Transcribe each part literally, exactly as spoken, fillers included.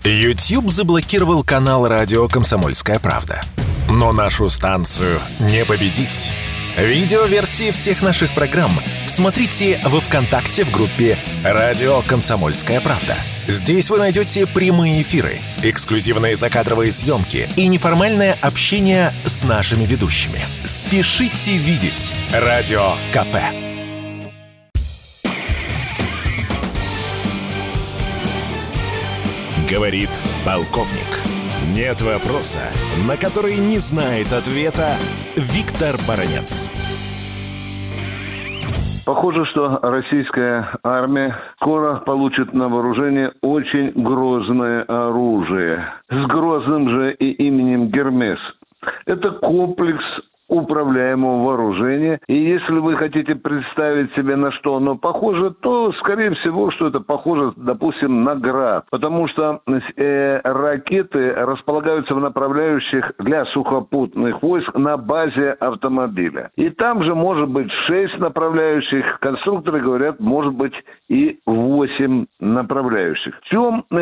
YouTube заблокировал канал радио «Комсомольская правда». Но нашу станцию не победить. Видеоверсии всех наших программ смотрите во ВКонтакте в группе «Радио Комсомольская правда». Здесь вы найдете прямые эфиры, эксклюзивные закадровые съемки и неформальное общение с нашими ведущими. Спешите видеть Радио КП. Говорит полковник. Нет вопроса, на который не знает ответа Виктор Баранец. Похоже, что российская армия скоро получит на вооружение очень грозное оружие с грозным же и именем «Гермес». Это комплекс управляемого вооружения. И если вы хотите представить себе, на что оно похоже, то, скорее всего, что это похоже, допустим, на «Град». Потому что э, ракеты располагаются в направляющих для сухопутных войск на базе автомобиля. И там же может быть шесть направляющих. Конструкторы говорят, может быть и восемь направляющих. В чем э,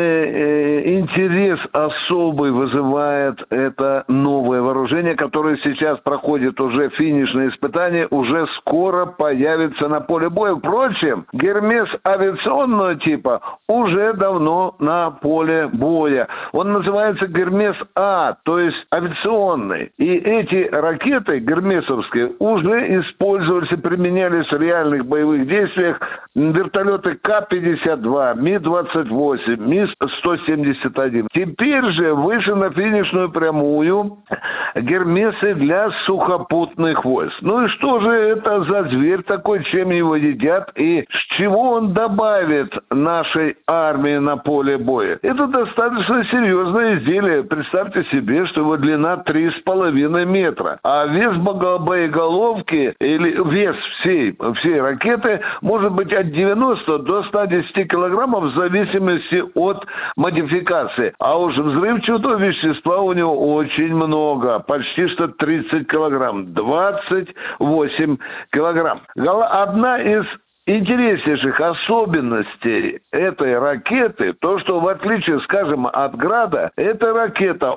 э, интерес особый вызывает это новое вооружение, которое сейчас проходит уже финишное испытание, уже скоро появится на поле боя. Впрочем, «Гермес» авиационного типа уже давно на поле боя. Он называется «Гермес-А», то есть авиационный. И эти ракеты гермесовские уже использовались и применялись в реальных боевых действиях. Вертолеты Ка пятьдесят два, Ми двадцать восемь, Ми сто семьдесят один. Теперь же вышли на финишную прямую «Гермесы» для сухопутных войск. Ну и что же это за зверь такой, чем его едят и с чего он добавит нашей армии на поле боя? Это достаточно серьезное изделие. Представьте себе, что его длина три с половиной метра, а вес боеголовки или вес всей, всей ракеты может быть от девяноста до ста десяти килограммов в зависимости от модификации. А уж взрывчатого вещества у него очень много, почти что тридцать килограмм, двадцать восемь килограмм. Одна из интереснейших особенностей этой ракеты, то, что в отличие, скажем, от «Града», эта ракета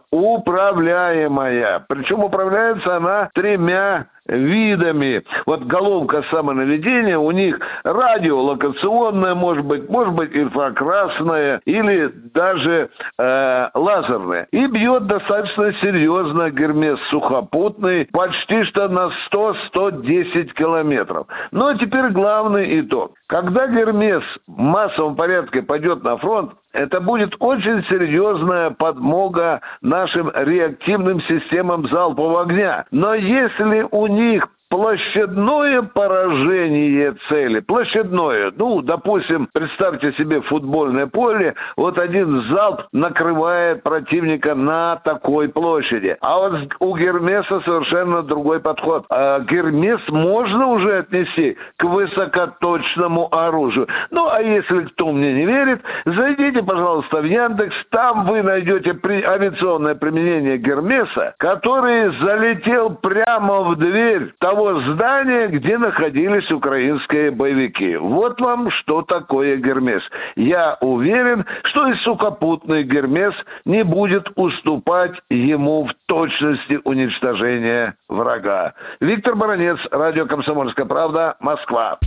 управляемая. Причем управляется она тремя видами. Вот головка самонаведения у них радиолокационная, может быть, может быть инфракрасная или даже э, лазерная. И бьет достаточно серьезно «Гермес» сухопутный, почти что на сто - сто десять километров. Ну а теперь главный итог. Когда «Гермес» в массовом порядке пойдет на фронт, это будет очень серьезная подмога нашим реактивным системам залпового огня. Но если у них площадное поражение цели, площадное, ну, допустим, представьте себе футбольное поле, вот один залп накрывает противника на такой площади. А вот у «Гермеса» совершенно другой подход. А «Гермес» можно уже отнести к высокоточному оружию. Ну, а если кто мне не верит, зайдите, пожалуйста, в Яндекс, там вы найдете при... авиационное применение «Гермеса», который залетел прямо в дверь того здания, где находились украинские боевики. Вот вам что такое «Гермес». Я уверен, что и сухопутный «Гермес» не будет уступать ему в точности уничтожения врага. Виктор Баранец, радио «Комсомольская правда», Москва.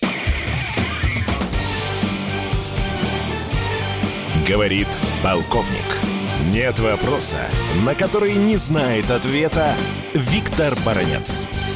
Говорит полковник. Нет вопроса, на который не знает ответа Виктор Баранец.